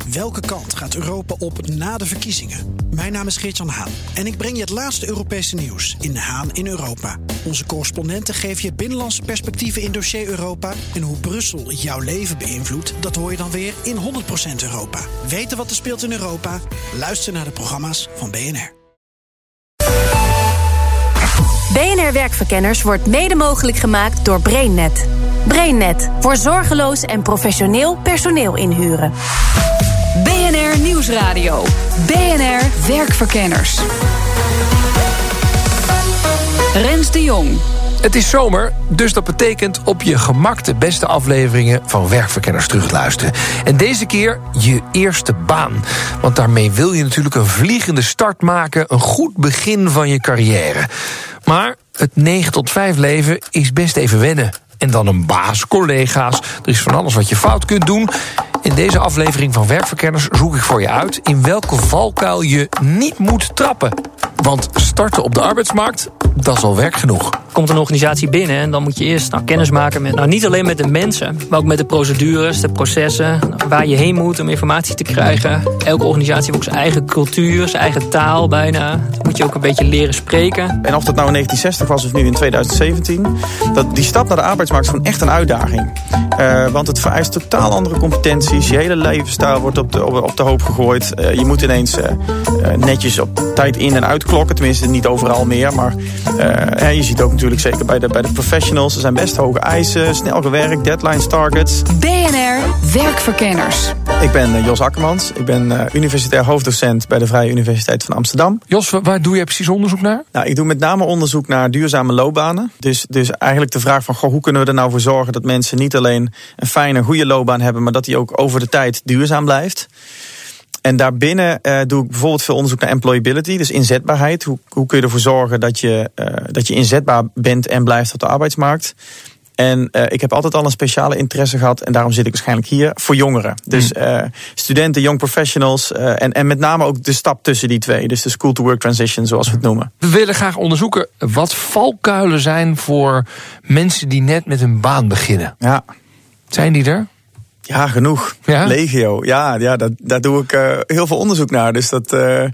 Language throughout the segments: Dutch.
Welke kant gaat Europa op na de verkiezingen? Mijn naam is Geert-Jan Haan en ik breng je het laatste Europese nieuws in Haan in Europa. Onze correspondenten geven je binnenlandse perspectieven in dossier Europa. En hoe Brussel jouw leven beïnvloedt, dat hoor je dan weer in 100% Europa. Weten wat er speelt in Europa? Luister naar de programma's van BNR. BNR Werkverkenners wordt mede mogelijk gemaakt door BrainNet. BrainNet, voor zorgeloos en professioneel personeel inhuren. BNR Nieuwsradio. BNR Werkverkenners. Rens de Jong. Het is zomer, dus dat betekent op je gemak de beste afleveringen van Werkverkenners terugluisteren. En deze keer je eerste baan. Want daarmee wil je natuurlijk een vliegende start maken, een goed begin van je carrière. Maar het 9 tot 5 leven is best even wennen. En dan een baas, collega's, er is van alles wat je fout kunt doen. In deze aflevering van Werkverkenners zoek ik voor je uit in welke valkuil je niet moet trappen. Want starten op de arbeidsmarkt, dat is al werk genoeg. Komt een organisatie binnen en dan moet je eerst kennis maken met, niet alleen met de mensen, maar ook met de procedures, de processen, waar je heen moet om informatie te krijgen. Elke organisatie heeft ook zijn eigen cultuur, zijn eigen taal bijna. Dan moet je ook een beetje leren spreken. En of dat nou in 1960 was of nu in 2017, die stap naar de arbeidsmarkt is gewoon echt een uitdaging. Want het vereist totaal andere competenties. Je hele levensstijl wordt op de hoop gegooid. Je moet ineens netjes op tijd in- en uitklokken. Tenminste, niet overal meer. Maar je ziet ook natuurlijk zeker bij de professionals. Er zijn best hoge eisen, snel gewerkt, deadlines, targets. BNR Werkverkenners. Ik ben Jos Akkermans. Ik ben universitair hoofddocent bij de Vrije Universiteit van Amsterdam. Jos, waar doe je precies onderzoek naar? Nou, ik doe met name onderzoek naar duurzame loopbanen. Dus eigenlijk de vraag van, hoe kunnen we er nou voor zorgen dat mensen niet alleen een fijne, goede loopbaan hebben, maar dat die ook over de tijd duurzaam blijft. En daarbinnen doe ik bijvoorbeeld veel onderzoek naar employability, dus inzetbaarheid. Hoe kun je ervoor zorgen dat je inzetbaar bent en blijft op de arbeidsmarkt? En ik heb altijd al een speciale interesse gehad, en daarom zit ik waarschijnlijk hier, voor jongeren. Dus studenten, young professionals en met name ook de stap tussen die twee. Dus de school-to-work transition, zoals we het noemen. We willen graag onderzoeken wat valkuilen zijn voor mensen die net met een baan beginnen. Ja. Zijn die er? Ja, genoeg. Ja? Legio. Ja, daar doe ik heel veel onderzoek naar. Dus er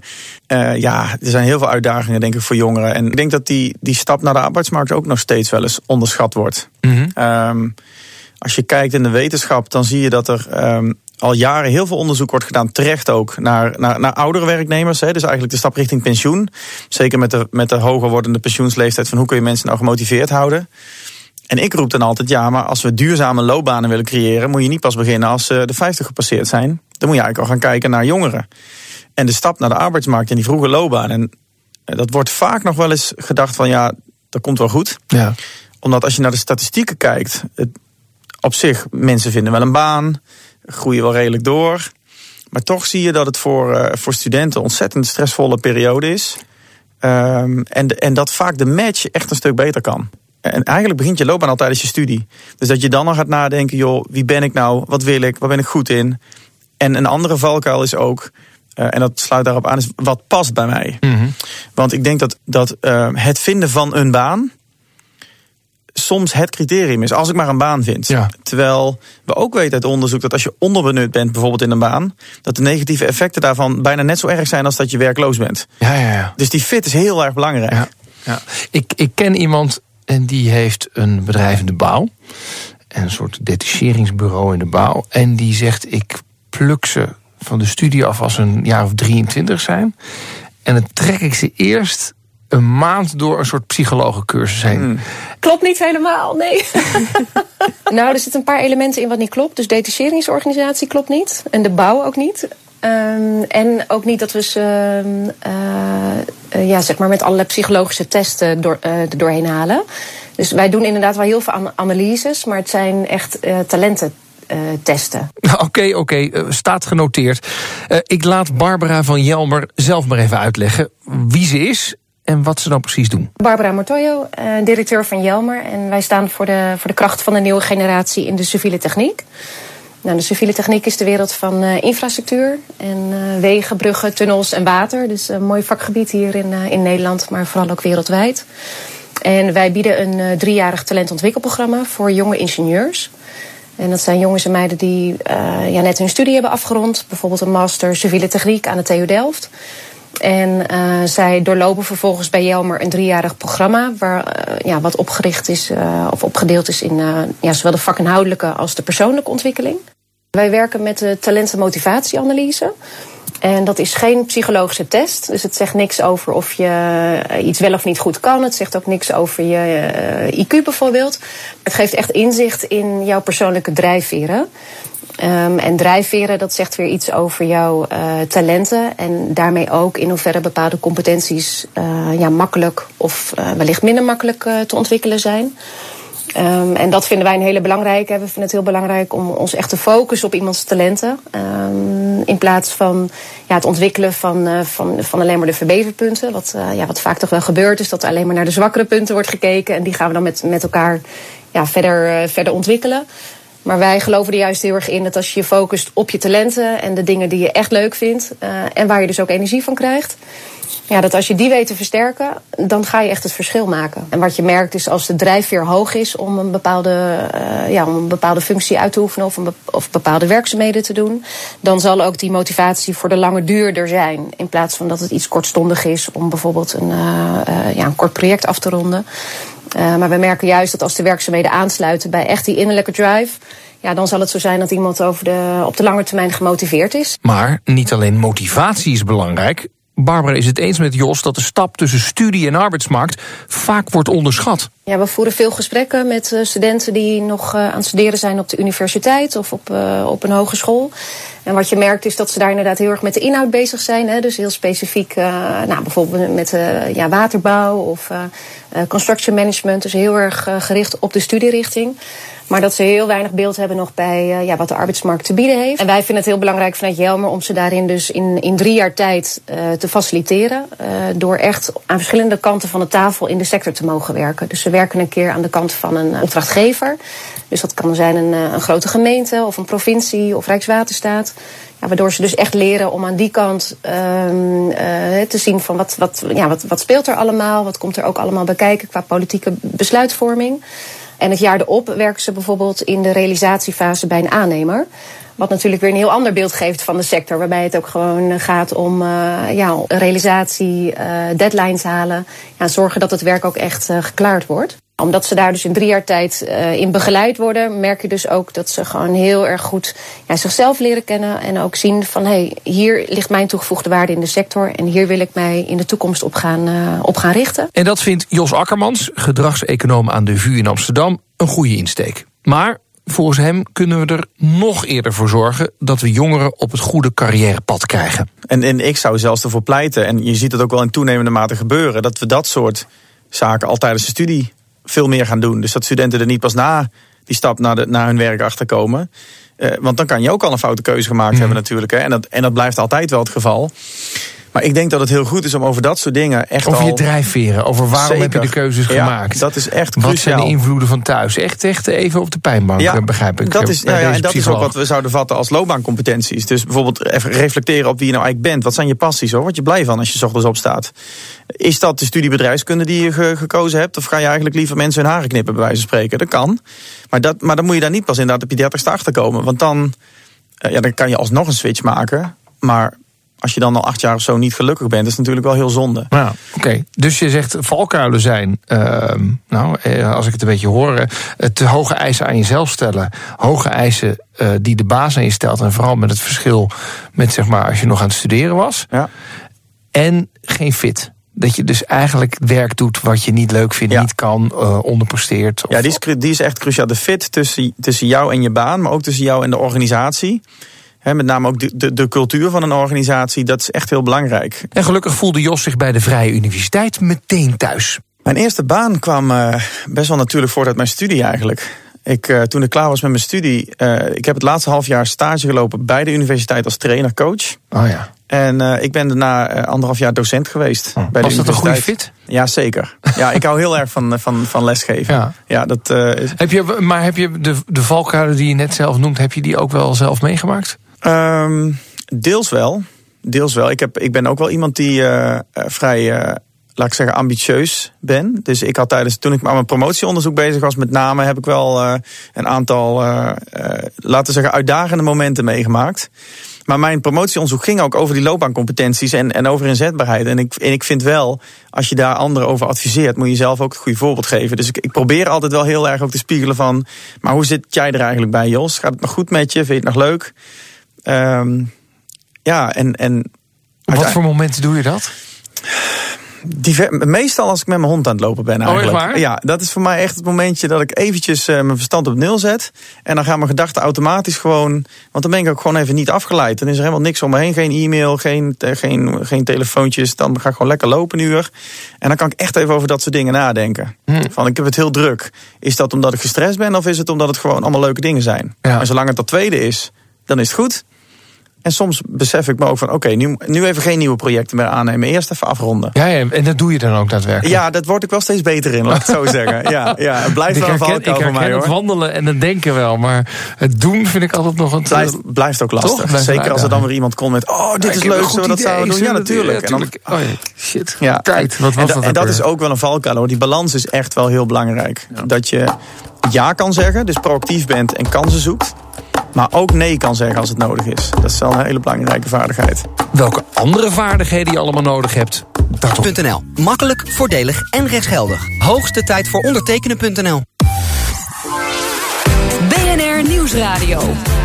zijn heel veel uitdagingen, denk ik, voor jongeren. En ik denk dat die stap naar de arbeidsmarkt ook nog steeds wel eens onderschat wordt. Mm-hmm. Als je kijkt in de wetenschap, dan zie je dat er al jaren heel veel onderzoek wordt gedaan, terecht ook, naar oudere werknemers. Dus eigenlijk de stap richting pensioen. Zeker met de hoger wordende pensioensleeftijd, van hoe kun je mensen nou gemotiveerd houden. En ik roep dan altijd, maar als we duurzame loopbanen willen creëren, moet je niet pas beginnen als de 50 gepasseerd zijn. Dan moet je eigenlijk al gaan kijken naar jongeren. En de stap naar de arbeidsmarkt en die vroege loopbaan. En dat wordt vaak nog wel eens gedacht van, dat komt wel goed. Ja. Omdat als je naar de statistieken kijkt, op zich, mensen vinden wel een baan, groeien wel redelijk door. Maar toch zie je dat het voor studenten een ontzettend stressvolle periode is. En dat vaak de match echt een stuk beter kan. En eigenlijk begint je loopbaan al tijdens je studie. Dus dat je dan al gaat nadenken, wie ben ik nou? Wat wil ik? Waar ben ik goed in? En een andere valkuil is ook, en dat sluit daarop aan, is wat past bij mij. Mm-hmm. Want ik denk dat het vinden van een baan soms het criterium is, als ik maar een baan vind. Ja. Terwijl we ook weten uit onderzoek dat als je onderbenut bent, bijvoorbeeld in een baan, dat de negatieve effecten daarvan bijna net zo erg zijn als dat je werkloos bent. Ja. Dus die fit is heel erg belangrijk. Ja. Ik ken iemand en die heeft een bedrijf in de bouw. En een soort detacheringsbureau in de bouw. En die zegt, ik pluk ze van de studie af als ze een jaar of 23 zijn. En dan trek ik ze eerst een maand door een soort psychologencursus heen. Klopt niet helemaal, nee. Nou, er zitten een paar elementen in wat niet klopt. Dus detacheringsorganisatie klopt niet. En de bouw ook niet. En ook niet dat we ze met allerlei psychologische testen doorheen halen. Dus wij doen inderdaad wel heel veel analyses, maar het zijn echt talententesten. Oké, staat genoteerd. Ik laat Barbara van Jelmer zelf maar even uitleggen wie ze is en wat ze dan precies doen. Barbara Mortoyo, directeur van Jelmer. En wij staan voor de kracht van de nieuwe generatie in de civiele techniek. Nou, de civiele techniek is de wereld van infrastructuur en wegen, bruggen, tunnels en water. Dus een mooi vakgebied hier in Nederland, maar vooral ook wereldwijd. En wij bieden een 3-jarig talentontwikkelprogramma voor jonge ingenieurs. En dat zijn jongens en meiden die net hun studie hebben afgerond. Bijvoorbeeld een master civiele techniek aan de TU Delft. En zij doorlopen vervolgens bij Jelmer een 3-jarig programma wat opgericht is of opgedeeld is in zowel de vakinhoudelijke als de persoonlijke ontwikkeling. Wij werken met de talent- en motivatieanalyse. En dat is geen psychologische test. Dus het zegt niks over of je iets wel of niet goed kan. Het zegt ook niks over je IQ bijvoorbeeld. Het geeft echt inzicht in jouw persoonlijke drijfveren. En drijfveren, dat zegt weer iets over jouw talenten. En daarmee ook in hoeverre bepaalde competenties makkelijk of wellicht minder makkelijk te ontwikkelen zijn. En dat vinden wij een hele belangrijke. We vinden het heel belangrijk om ons echt te focussen op iemands talenten. In plaats van het ontwikkelen van alleen maar de verbeterpunten. Wat vaak toch wel gebeurt is dat alleen maar naar de zwakkere punten wordt gekeken. En die gaan we dan met elkaar verder ontwikkelen. Maar wij geloven er juist heel erg in dat als je je focust op je talenten en de dingen die je echt leuk vindt. En waar je dus ook energie van krijgt. Dat als je die weet te versterken, dan ga je echt het verschil maken. En wat je merkt is als de drijfveer hoog is om een bepaalde functie uit te oefenen of bepaalde werkzaamheden te doen, dan zal ook die motivatie voor de lange duur er zijn. In plaats van dat het iets kortstondig is om bijvoorbeeld een kort project af te ronden. Maar we merken juist dat als de werkzaamheden aansluiten bij echt die innerlijke drive, dan zal het zo zijn dat iemand op de lange termijn gemotiveerd is. Maar niet alleen motivatie is belangrijk. Barbara is het eens met Jos dat de stap tussen studie en arbeidsmarkt vaak wordt onderschat. Ja, we voeren veel gesprekken met studenten die nog aan het studeren zijn op de universiteit of op een hogeschool. En wat je merkt is dat ze daar inderdaad heel erg met de inhoud bezig zijn. Hè? Dus heel specifiek bijvoorbeeld met waterbouw of construction management. Dus heel erg gericht op de studierichting. Maar dat ze heel weinig beeld hebben nog bij wat de arbeidsmarkt te bieden heeft. En wij vinden het heel belangrijk vanuit Jelmer om ze daarin dus in 3 jaar tijd te faciliteren. Door echt aan verschillende kanten van de tafel in de sector te mogen werken. Dus ze werken een keer aan de kant van een opdrachtgever. Dus dat kan zijn een grote gemeente of een provincie of Rijkswaterstaat. Waardoor ze dus echt leren om aan die kant te zien van wat speelt er allemaal. Wat komt er ook allemaal bij kijken qua politieke besluitvorming. En het jaar erop werken ze bijvoorbeeld in de realisatiefase bij een aannemer. Wat natuurlijk weer een heel ander beeld geeft van de sector. Waarbij het ook gewoon gaat om realisatie, deadlines halen. Zorgen dat het werk ook echt geklaard wordt. Omdat ze daar dus in 3 jaar tijd in begeleid worden, merk je dus ook dat ze gewoon heel erg goed zichzelf leren kennen. En ook zien van hier ligt mijn toegevoegde waarde in de sector. En hier wil ik mij in de toekomst op gaan richten. En dat vindt Jos Akkermans, gedragseconoom aan de VU in Amsterdam, een goede insteek. Maar volgens hem kunnen we er nog eerder voor zorgen dat we jongeren op het goede carrièrepad krijgen. En ik zou zelfs ervoor pleiten, en je ziet het ook wel in toenemende mate gebeuren, dat we dat soort zaken al tijdens de studie veel meer gaan doen. Dus dat studenten er niet pas na die stap naar hun werk achterkomen. Want dan kan je ook al een foute keuze gemaakt hebben natuurlijk. Hè. En dat blijft altijd wel het geval. Maar ik denk dat het heel goed is om over dat soort dingen echt over je drijfveren, over waarom heb je de keuzes gemaakt. Dat is echt cruciaal. Wat zijn de invloeden van thuis? Echt even op de pijnbank, begrijp ik. Dat is, en dat is ook wat we zouden vatten als loopbaancompetenties. Dus bijvoorbeeld even reflecteren op wie je nou eigenlijk bent. Wat zijn je passies? Hoor? Word je blij van als je 's ochtends opstaat? Is dat de studie bedrijfskunde die je gekozen hebt? Of ga je eigenlijk liever mensen hun haren knippen, bij wijze van spreken? Dat kan. Maar dan moet je daar niet pas inderdaad op je 30ste achterkomen. Want dan kan je alsnog een switch maken. Maar als je dan al 8 jaar of zo niet gelukkig bent, is het natuurlijk wel heel zonde. Nou, oké. Dus je zegt valkuilen zijn, als ik het een beetje hoor, te hoge eisen aan jezelf stellen. Hoge eisen die de baas aan je stelt. En vooral met het verschil met, zeg maar, als je nog aan het studeren was. Ja. En geen fit. Dat je dus eigenlijk werk doet wat je niet leuk vindt, niet kan, onderpresteert. Ja, die is echt cruciaal. De fit tussen jou en je baan, maar ook tussen jou en de organisatie. Met name ook de cultuur van een organisatie, dat is echt heel belangrijk. En gelukkig voelde Jos zich bij de Vrije Universiteit meteen thuis. Mijn eerste baan kwam best wel natuurlijk voort uit mijn studie eigenlijk. Toen ik klaar was met mijn studie, ik heb het laatste half jaar stage gelopen bij de universiteit als trainer-coach. Oh ja. En ik ben daarna 1,5 jaar docent geweest. Bij de was dat een goede fit? Ja, zeker. Ja, ik hou heel erg van lesgeven. Ja, dat is... Heb je de valkuilen die je net zelf noemt, heb je die ook wel zelf meegemaakt? Deels wel. Ik ben ook wel iemand die vrij laat ik zeggen, ambitieus ben. Dus ik had toen ik aan mijn promotieonderzoek bezig was, met name heb ik wel een aantal, laten we zeggen, uitdagende momenten meegemaakt. Maar mijn promotieonderzoek ging ook over die loopbaancompetenties en over inzetbaarheid. En ik vind wel, als je daar anderen over adviseert, moet je zelf ook het goede voorbeeld geven. Dus ik probeer altijd wel heel erg ook te spiegelen van, maar hoe zit jij er eigenlijk bij, Jos? Gaat het nog goed met je? Vind je het nog leuk? Wat voor momenten doe je dat? Meestal als ik met mijn hond aan het lopen ben eigenlijk. Oh, echt waar? Ja, dat is voor mij echt het momentje dat ik eventjes mijn verstand op nul zet. En dan gaan mijn gedachten automatisch gewoon, want dan ben ik ook gewoon even niet afgeleid. Dan is er helemaal niks om me heen. Geen e-mail, geen telefoontjes. Dan ga ik gewoon lekker lopen een uur. En dan kan ik echt even over dat soort dingen nadenken. Van, ik heb het heel druk. Is dat omdat ik gestrest ben of is het omdat het gewoon allemaal leuke dingen zijn? Ja. En zolang het dat tweede is, dan is het goed. En soms besef ik me ook van, oké, nu even geen nieuwe projecten meer aannemen. Eerst even afronden. Ja, en dat doe je dan ook daadwerkelijk? Ja, dat word ik wel steeds beter in, laat ik het zo zeggen. Ja, het blijft wel een valkuil voor mij, hoor. Het wandelen en het denken wel, maar het doen vind ik altijd nog een... Blijft ook lastig. Zeker als er dan weer iemand komt met, dit is leuk, zullen we dat zouden doen? Ja, natuurlijk. Shit, tijd. Wat was dat? En dat is ook wel een valkuil, hoor. Die balans is echt wel heel belangrijk. Ja. Dat je ja kan zeggen, dus proactief bent en kansen zoekt. Maar ook nee kan zeggen als het nodig is. Dat is wel een hele belangrijke vaardigheid. Welke andere vaardigheden je allemaal nodig hebt? .nl. Makkelijk, voordelig en rechtsgeldig. Hoogste tijd voor ondertekenen.nl. BNR Nieuwsradio.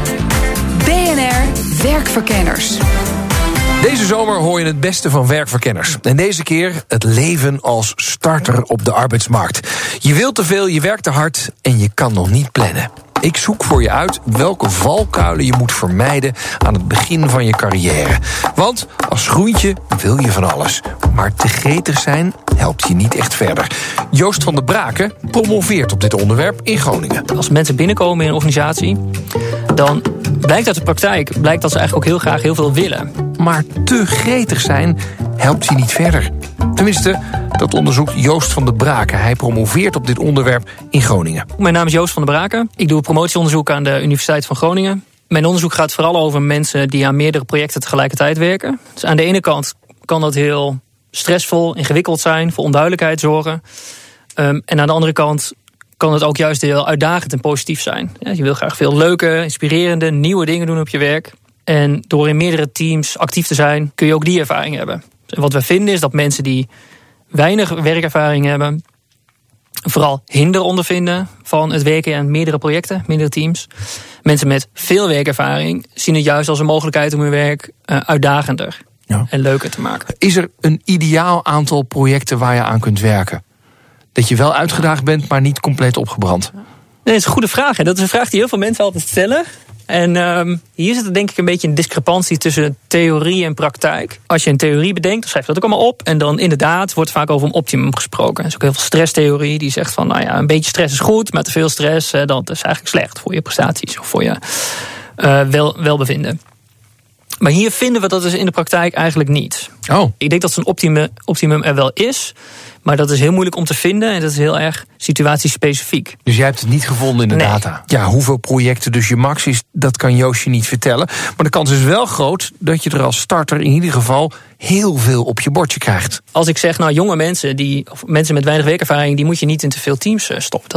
BNR Werkverkenners. Deze zomer hoor je het beste van werkverkenners. En deze keer het leven als starter op de arbeidsmarkt. Je wilt te veel, je werkt te hard en je kan nog niet plannen. Ik zoek voor je uit welke valkuilen je moet vermijden aan het begin van je carrière. Want als groentje wil je van alles. Maar te gretig zijn helpt je niet echt verder. Joost van der Braken promoveert op dit onderwerp in Groningen. Als mensen binnenkomen in een organisatie, dan blijkt uit de praktijk dat ze eigenlijk ook heel graag heel veel willen. Maar te gretig zijn helpt je niet verder. Tenminste, dat onderzoekt Joost van der Braken. Hij promoveert op dit onderwerp in Groningen. Mijn naam is Joost van der Braken. Ik doe promotieonderzoek aan de Universiteit van Groningen. Mijn onderzoek gaat vooral over mensen die aan meerdere projecten tegelijkertijd werken. Dus aan de ene kant kan dat heel stressvol, ingewikkeld zijn, voor onduidelijkheid zorgen. En aan de andere kant kan het ook juist heel uitdagend en positief zijn. Ja, je wil graag veel leuke, inspirerende, nieuwe dingen doen op je werk. En door in meerdere teams actief te zijn, kun je ook die ervaring hebben. En wat we vinden is dat mensen die weinig werkervaring hebben, vooral hinder ondervinden van het werken aan meerdere projecten, meerdere teams. Mensen met veel werkervaring zien het juist als een mogelijkheid om hun werk uitdagender en leuker te maken. Is er een ideaal aantal projecten waar je aan kunt werken? Dat je wel uitgedaagd bent, maar niet compleet opgebrand? Nee, dat is een goede vraag. En dat is een vraag die heel veel mensen altijd stellen. En hier zit er denk ik een beetje een discrepantie tussen theorie en praktijk. Als je een theorie bedenkt, dan schrijf je dat ook allemaal op. En dan inderdaad wordt vaak over een optimum gesproken. Er is ook heel veel stresstheorie die zegt van, een beetje stress is goed, maar te veel stress, dat is eigenlijk slecht voor je prestaties of voor je welbevinden. Maar hier vinden we dat dus in de praktijk eigenlijk niet. Oh. Ik denk dat zo'n optimum er wel is, maar dat is heel moeilijk om te vinden en dat is heel erg situatiespecifiek. Dus jij hebt het niet gevonden in de data? Ja, hoeveel projecten dus je max is, dat kan Joostje niet vertellen. Maar de kans is wel groot dat je er als starter in ieder geval heel veel op je bordje krijgt. Als ik zeg, jonge mensen, of mensen met weinig werkervaring, die moet je niet in te veel teams stoppen.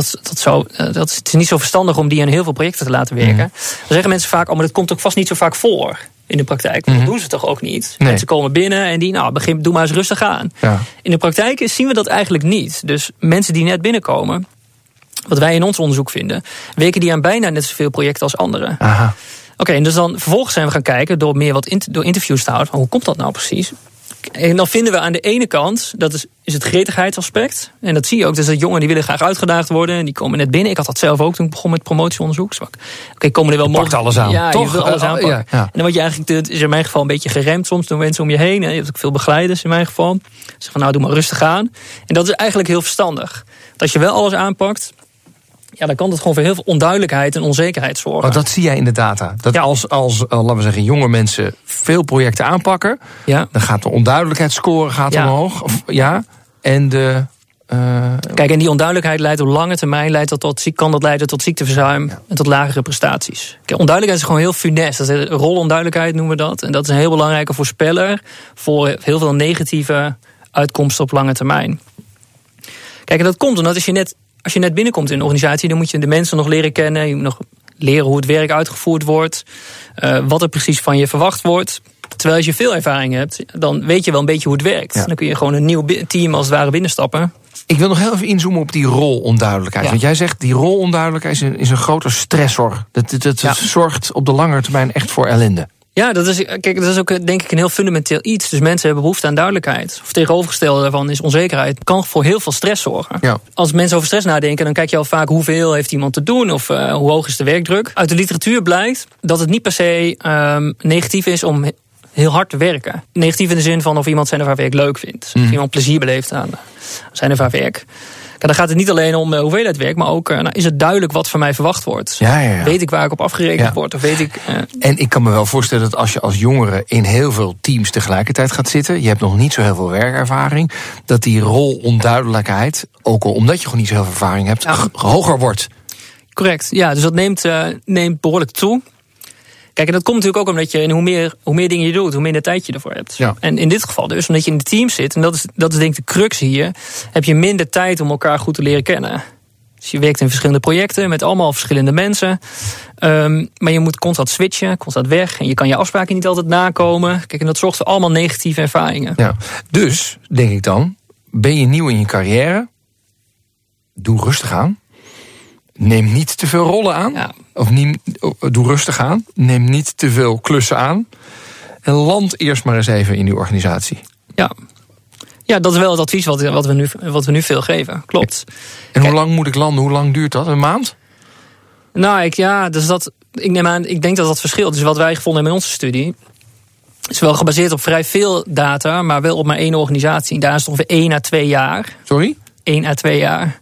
Het is niet zo verstandig om die aan heel veel projecten te laten werken. Dan zeggen mensen vaak, maar dat komt ook vast niet zo vaak voor in de praktijk. Dat doen ze toch ook niet? Nee. Mensen komen binnen en die, doe maar eens rustig aan. Ja. In de praktijk zien we dat eigenlijk niet. Dus mensen die net binnenkomen, wat wij in ons onderzoek vinden, werken die aan bijna net zoveel projecten als anderen. Oké, en dus dan vervolgens zijn we gaan kijken door interviews te houden. Hoe komt dat nou precies? En dan vinden we aan de ene kant, dat is het gretigheidsaspect. En dat zie je ook, dus dat jongeren die willen graag uitgedaagd worden. En die komen net binnen. Ik had dat zelf ook toen ik begon met promotieonderzoek. Komen er wel mogelijk. Pakt alles aan, ja, toch? Je wil alles aanpakken. Ja. En dan word je eigenlijk, is in mijn geval een beetje geremd soms door mensen om je heen. Je hebt ook veel begeleiders in mijn geval. Zeg van, doe maar rustig aan. En dat is eigenlijk heel verstandig. Dat als je wel alles aanpakt, dan kan dat gewoon voor heel veel onduidelijkheid en onzekerheid zorgen. Maar dat zie jij in de data. Dat als laten we zeggen, jonge mensen veel projecten aanpakken, dan gaat de onduidelijkheidsscore omhoog. En de Kijk, en die onduidelijkheid leidt op lange termijn kan dat leiden tot ziekteverzuim en tot lagere prestaties. Kijk, onduidelijkheid is gewoon heel funest. Dat is rolonduidelijkheid noemen we dat. En dat is een heel belangrijke voorspeller voor heel veel negatieve uitkomsten op lange termijn. Kijk, en dat komt omdat als je net binnenkomt in een organisatie, dan moet je de mensen nog leren kennen. Je moet nog leren hoe het werk uitgevoerd wordt. Wat er precies van je verwacht wordt. Terwijl als je veel ervaring hebt, dan weet je wel een beetje hoe het werkt. Ja. Dan kun je gewoon een nieuw team als het ware binnenstappen. Ik wil nog heel even inzoomen op die rolonduidelijkheid. Ja. Want jij zegt, die rolonduidelijkheid is een grote stressor. Dat zorgt op de lange termijn echt voor ellende. Ja, dat is ook denk ik een heel fundamenteel iets. Dus mensen hebben behoefte aan duidelijkheid. Of tegenovergestelde daarvan is onzekerheid. Het kan voor heel veel stress zorgen. Ja. Als mensen over stress nadenken, dan kijk je al vaak hoeveel heeft iemand te doen of hoe hoog is de werkdruk. Uit de literatuur blijkt dat het niet per se negatief is om heel hard te werken. Negatief in de zin van of iemand zijn of haar werk leuk vindt. Of iemand plezier beleeft aan zijn of haar werk. Dan gaat het niet alleen om hoeveelheid werk, maar ook is het duidelijk wat van mij verwacht wordt. Ja. Weet ik waar ik op afgerekend word? Of weet ik, En ik kan me wel voorstellen dat als je als jongere in heel veel teams tegelijkertijd gaat zitten, je hebt nog niet zo heel veel werkervaring, dat die rolonduidelijkheid, ook al omdat je gewoon niet zo heel veel ervaring hebt, hoger wordt. Correct, ja, dus dat neemt behoorlijk toe. Kijk, en dat komt natuurlijk ook omdat je, hoe meer dingen je doet, hoe minder tijd je ervoor hebt. Ja. En in dit geval dus, omdat je in de team zit, en dat is denk ik de crux hier, heb je minder tijd om elkaar goed te leren kennen. Dus je werkt in verschillende projecten met allemaal verschillende mensen. Maar je moet constant switchen, constant weg. En je kan je afspraken niet altijd nakomen. Kijk, en dat zorgt voor allemaal negatieve ervaringen. Ja. Dus, denk ik dan, ben je nieuw in je carrière, doe rustig aan. Neem niet te veel rollen aan. Ja. Of doe rustig aan. Neem niet te veel klussen aan. En land eerst maar eens even in die organisatie. Ja, dat is wel het advies wat we nu veel geven. Klopt. En hoe lang moet ik landen? Hoe lang duurt dat? Een maand? Nou, ik denk dat dat verschilt. Dus wat wij gevonden hebben in onze studie is wel gebaseerd op vrij veel data, maar wel op maar één organisatie. Daar is het ongeveer 1 à 2 jaar. Sorry? 1 à 2 jaar.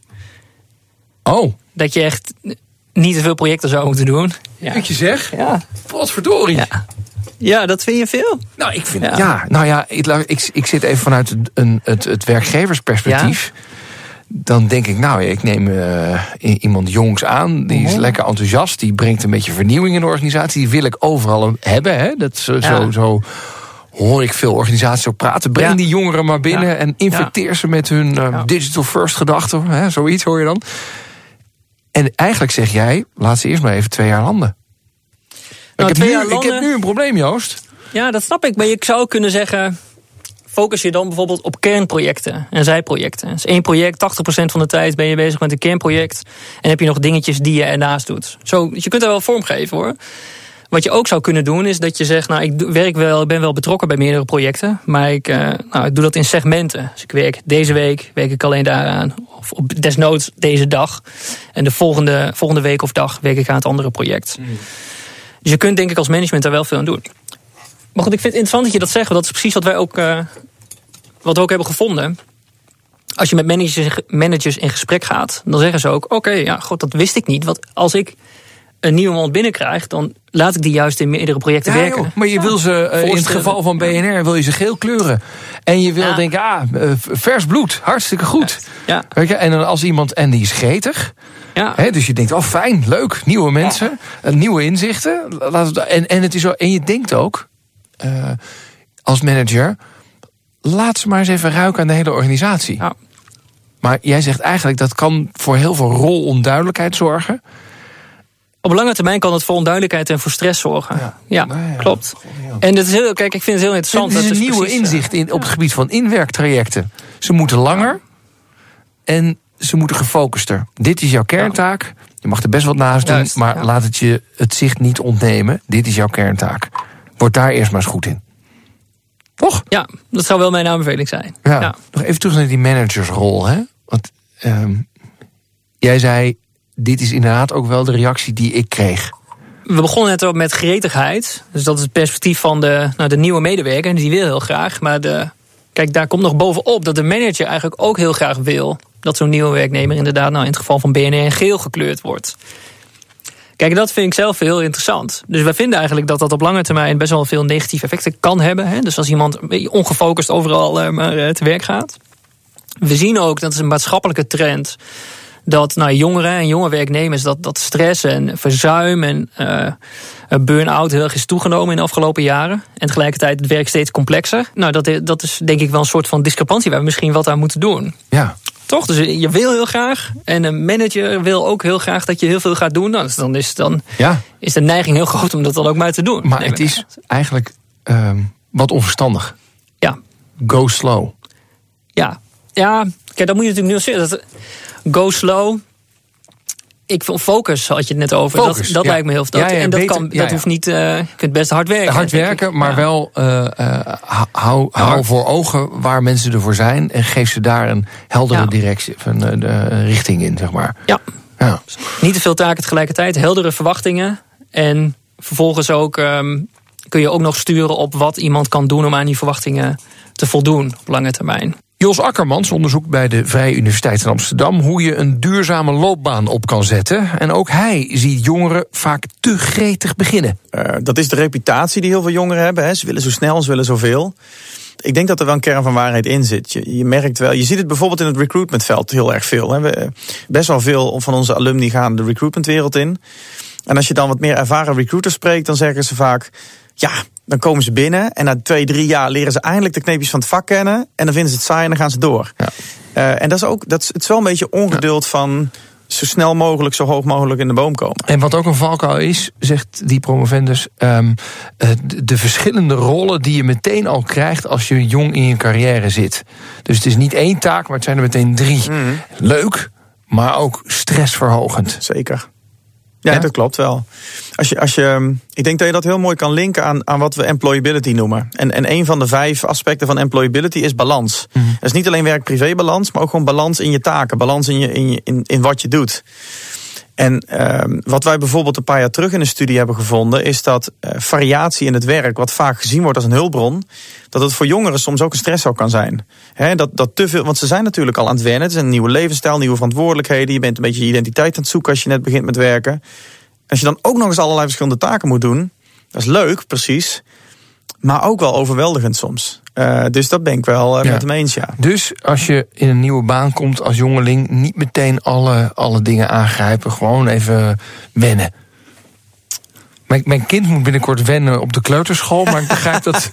Oh. Dat je echt niet te veel projecten zou moeten doen. Ja. Wat je zegt? Ja. Potverdorie. Ja, dat vind je veel? Nou, ik vind ik zit even vanuit het werkgeversperspectief. Ja. Dan denk ik, ik neem iemand jongs aan. Die is lekker enthousiast. Die brengt een beetje vernieuwing in de organisatie. Die wil ik overal hebben. Hè? Zo hoor ik veel organisaties ook praten. Breng die jongeren maar binnen en infecteer ze met hun digital first gedachten. Zoiets hoor je dan. En eigenlijk zeg jij, laat ze eerst maar even 2 jaar landen. Ik heb nu een probleem, Joost. Ja, dat snap ik. Maar je zou kunnen zeggen, focus je dan bijvoorbeeld op kernprojecten en zijprojecten. Dus 1 project, 80% van de tijd ben je bezig met een kernproject. En heb je nog dingetjes die je ernaast doet. Je kunt daar wel vorm geven, hoor. Wat je ook zou kunnen doen, is dat je zegt, ik ben wel betrokken bij meerdere projecten, maar ik doe dat in segmenten. Dus ik werk deze week, werk ik alleen daaraan. Of op desnoods deze dag. En de volgende week of dag werk ik aan het andere project. Dus je kunt denk ik als management daar wel veel aan doen. Maar goed, ik vind het interessant dat je dat zegt, want dat is precies wat we ook hebben gevonden. Als je met managers in gesprek gaat, dan zeggen ze ook, dat wist ik niet. Want als ik een nieuwe man binnenkrijg, dan laat ik die juist in meerdere projecten werken. Joh, maar je wil ze, in het geval van BNR, wil je ze geel kleuren. En je wil denken, vers bloed, hartstikke goed. Ja. Weet je? En dan als iemand, en die is gretig. Ja. Dus je denkt, fijn, leuk, nieuwe mensen, nieuwe inzichten. En je denkt ook, als manager, laat ze maar eens even ruiken aan de hele organisatie. Ja. Maar jij zegt eigenlijk, dat kan voor heel veel rolonduidelijkheid zorgen. Op lange termijn kan het voor onduidelijkheid en voor stress zorgen. Ja, klopt. En dat is ik vind het heel interessant. Het is een nieuwe inzicht op het gebied van inwerktrajecten. Ze moeten langer en ze moeten gefocuster. Dit is jouw kerntaak. Je mag er best wat naast doen, maar laat het je het zicht niet ontnemen. Dit is jouw kerntaak. Word daar eerst maar eens goed in. Toch? Ja, dat zou wel mijn aanbeveling zijn. Ja. Nog even terug naar die managersrol. Hè? Want jij zei, dit is inderdaad ook wel de reactie die ik kreeg. We begonnen net met gretigheid. Dus dat is het perspectief van de nieuwe medewerker. Die wil heel graag. Maar daar komt nog bovenop dat de manager eigenlijk ook heel graag wil dat zo'n nieuwe werknemer inderdaad, in het geval van BNR, geel gekleurd wordt. Kijk, dat vind ik zelf heel interessant. Dus wij vinden eigenlijk dat dat op lange termijn best wel veel negatieve effecten kan hebben. Hè? Dus als iemand ongefocust overal maar te werk gaat. We zien ook, dat is een maatschappelijke trend, dat jongeren en jonge werknemers dat stress en verzuim en burn-out heel erg is toegenomen in de afgelopen jaren. En tegelijkertijd het werk steeds complexer. Dat is denk ik wel een soort van discrepantie waar we misschien wat aan moeten doen. Ja. Toch? Dus je wil heel graag. En een manager wil ook heel graag dat je heel veel gaat doen. Dus dan is de neiging heel groot om dat dan ook maar te doen. Maar het is eigenlijk wat onverstandig. Ja. Go slow. Ja, kijk, dat moet je natuurlijk nuanceren. Go slow. Ik vind focus, had je het net over. Focus, dat lijkt me heel veel. En dat hoeft niet. Je kunt best hard werken. Hard werken, maar wel hou voor ogen waar mensen ervoor zijn. En geef ze daar een heldere directie, een richting in, zeg maar. Ja. Niet te veel taken tegelijkertijd. Heldere verwachtingen. En vervolgens ook kun je ook nog sturen op wat iemand kan doen om aan die verwachtingen te voldoen op lange termijn. Jos Akkermans onderzoekt bij de Vrije Universiteit in Amsterdam hoe je een duurzame loopbaan op kan zetten. En ook hij ziet jongeren vaak te gretig beginnen. Dat is de reputatie die heel veel jongeren hebben. Hè. Ze willen zo snel, ze willen zoveel. Ik denk dat er wel een kern van waarheid in zit. Je merkt wel, je ziet het bijvoorbeeld in het recruitmentveld heel erg veel. Hè. Best wel veel van onze alumni gaan de recruitmentwereld in. En als je dan wat meer ervaren recruiters spreekt, dan zeggen ze vaak, dan komen ze binnen en na 2-3 jaar leren ze eindelijk de kneepjes van het vak kennen. En dan vinden ze het saai en dan gaan ze door. Ja. En het is wel een beetje ongeduld van zo snel mogelijk, zo hoog mogelijk in de boom komen. En wat ook een valkuil is, zegt die promovendus, de verschillende rollen die je meteen al krijgt als je jong in je carrière zit. Dus het is niet 1 taak, maar het zijn er meteen 3. Leuk, maar ook stressverhogend. Zeker. Ja, dat klopt wel. Ik denk dat je dat heel mooi kan linken aan wat we employability noemen. En een van de 5 aspecten van employability is balans. Dat is niet alleen werk-privé balans, maar ook gewoon balans in je taken. Balans in wat je doet. En wat wij bijvoorbeeld een paar jaar terug in een studie hebben gevonden, is dat variatie in het werk, wat vaak gezien wordt als een hulpbron, dat het voor jongeren soms ook een stress ook kan zijn. Dat te veel, want ze zijn natuurlijk al aan het wennen. Het is een nieuwe levensstijl, nieuwe verantwoordelijkheden. Je bent een beetje je identiteit aan het zoeken als je net begint met werken. Als je dan ook nog eens allerlei verschillende taken moet doen, dat is leuk, precies. Maar ook wel overweldigend soms. Dus dat ben ik wel met hem eens, ja. Dus als je in een nieuwe baan komt als jongeling, niet meteen alle dingen aangrijpen. Gewoon even wennen. Mijn kind moet binnenkort wennen op de kleuterschool, maar ik begrijp dat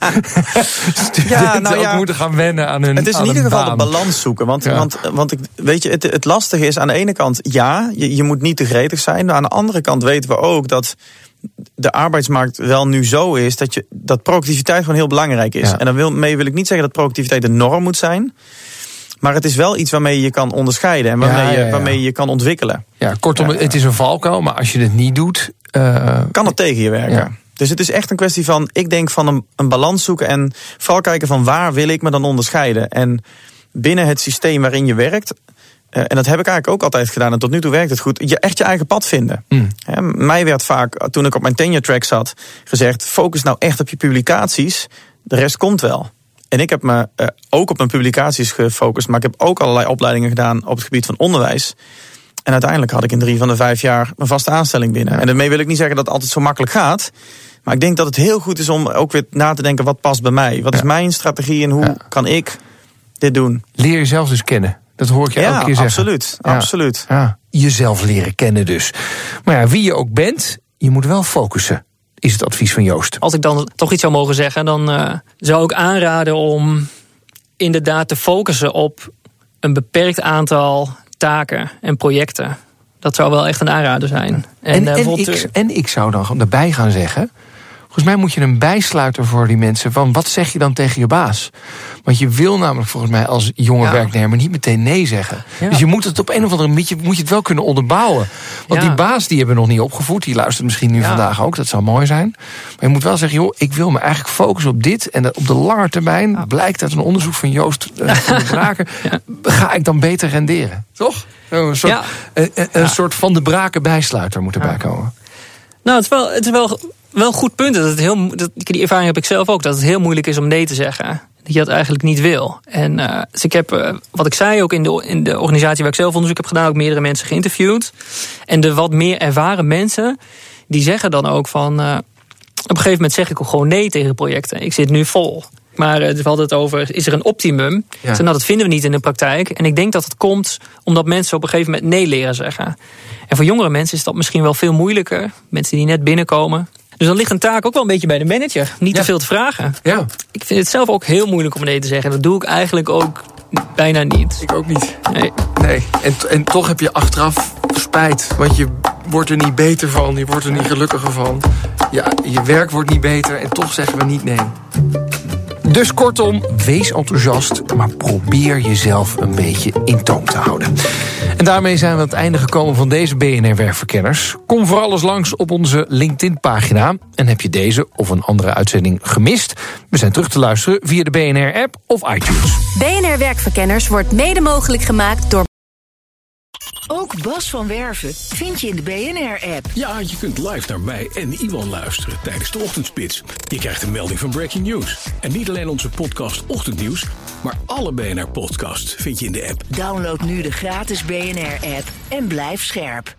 studenten ook moeten gaan wennen aan hun baan. Het is in ieder geval de balans zoeken. Want weet je, het lastige is aan de ene kant, je moet niet te gretig zijn. Maar aan de andere kant weten we ook dat de arbeidsmarkt wel nu zo is dat productiviteit gewoon heel belangrijk is. Ja. En daarmee wil ik niet zeggen dat productiviteit de norm moet zijn. Maar het is wel iets waarmee je kan onderscheiden en waarmee je kan ontwikkelen. Ja, kortom, het is een valkuil, maar als je het niet doet, kan het tegen je werken. Ja. Dus het is echt een kwestie van, ik denk van een balans zoeken en vooral kijken van waar wil ik me dan onderscheiden. En binnen het systeem waarin je werkt, en dat heb ik eigenlijk ook altijd gedaan en tot nu toe werkt het goed, echt je eigen pad vinden. Mij werd vaak, toen ik op mijn tenure track zat, gezegd, focus nou echt op je publicaties, de rest komt wel. En ik heb me ook op mijn publicaties gefocust, maar ik heb ook allerlei opleidingen gedaan op het gebied van onderwijs. En uiteindelijk had ik in 3 van de 5 jaar mijn vaste aanstelling binnen. Ja. En daarmee wil ik niet zeggen dat het altijd zo makkelijk gaat. Maar ik denk dat het heel goed is om ook weer na te denken, wat past bij mij? Wat is mijn strategie en hoe kan ik dit doen? Leer jezelf dus kennen. Dat hoor ik je elke keer zeggen. Absoluut. Ja. Jezelf leren kennen dus. Maar wie je ook bent, je moet wel focussen, is het advies van Joost. Als ik dan toch iets zou mogen zeggen, dan zou ik aanraden om inderdaad te focussen op een beperkt aantal taken en projecten. Dat zou wel echt een aanrader zijn. En ik zou dan erbij gaan zeggen, volgens mij moet je een bijsluiter voor die mensen van, wat zeg je dan tegen je baas? Want je wil namelijk volgens mij als jonge werknemer niet meteen nee zeggen. Ja. Dus je moet het op een of andere manier moet je het wel kunnen onderbouwen. Want die baas die hebben nog niet opgevoed, die luistert misschien nu vandaag ook, dat zou mooi zijn. Maar je moet wel zeggen, joh, ik wil me eigenlijk focussen op dit. En op de lange termijn, blijkt uit een onderzoek van Joost van de Braken, ga ik dan beter renderen. Toch? Een soort van de Braken bijsluiter moet erbij komen. Nou, het is wel een goed punt. Die ervaring heb ik zelf ook, dat het heel moeilijk is om nee te zeggen. Dat je dat eigenlijk niet wil. En dus ik heb, wat ik zei, ook in de organisatie waar ik zelf onderzoek heb gedaan, ook meerdere mensen geïnterviewd. En de wat meer ervaren mensen, die zeggen dan ook van, op een gegeven moment zeg ik ook gewoon nee tegen projecten. Ik zit nu vol. Maar we hadden het over, is er een optimum? Ja. Nou, dat vinden we niet in de praktijk. En ik denk dat het komt omdat mensen op een gegeven moment nee leren zeggen. En voor jongere mensen is dat misschien wel veel moeilijker. Mensen die net binnenkomen. Dus dan ligt een taak ook wel een beetje bij de manager. Niet te veel te vragen. Ja. Ik vind het zelf ook heel moeilijk om nee te zeggen. Dat doe ik eigenlijk ook bijna niet. Ik ook niet. Nee. En toch heb je achteraf spijt. Want je wordt er niet beter van. Je wordt er niet gelukkiger van. Ja, je werk wordt niet beter. En toch zeggen we niet nee. Dus kortom, wees enthousiast, maar probeer jezelf een beetje in toom te houden. En daarmee zijn we aan het einde gekomen van deze BNR Werkverkenners. Kom vooral eens langs op onze LinkedIn-pagina. En heb je deze of een andere uitzending gemist? We zijn terug te luisteren via de BNR-app of iTunes. BNR Werkverkenners wordt mede mogelijk gemaakt door... Ook Bas van Werven vind je in de BNR-app. Ja, je kunt live naar mij en Iwan luisteren tijdens de ochtendspits. Je krijgt een melding van Breaking News. En niet alleen onze podcast Ochtendnieuws, maar alle BNR-podcasts vind je in de app. Download nu de gratis BNR-app en blijf scherp.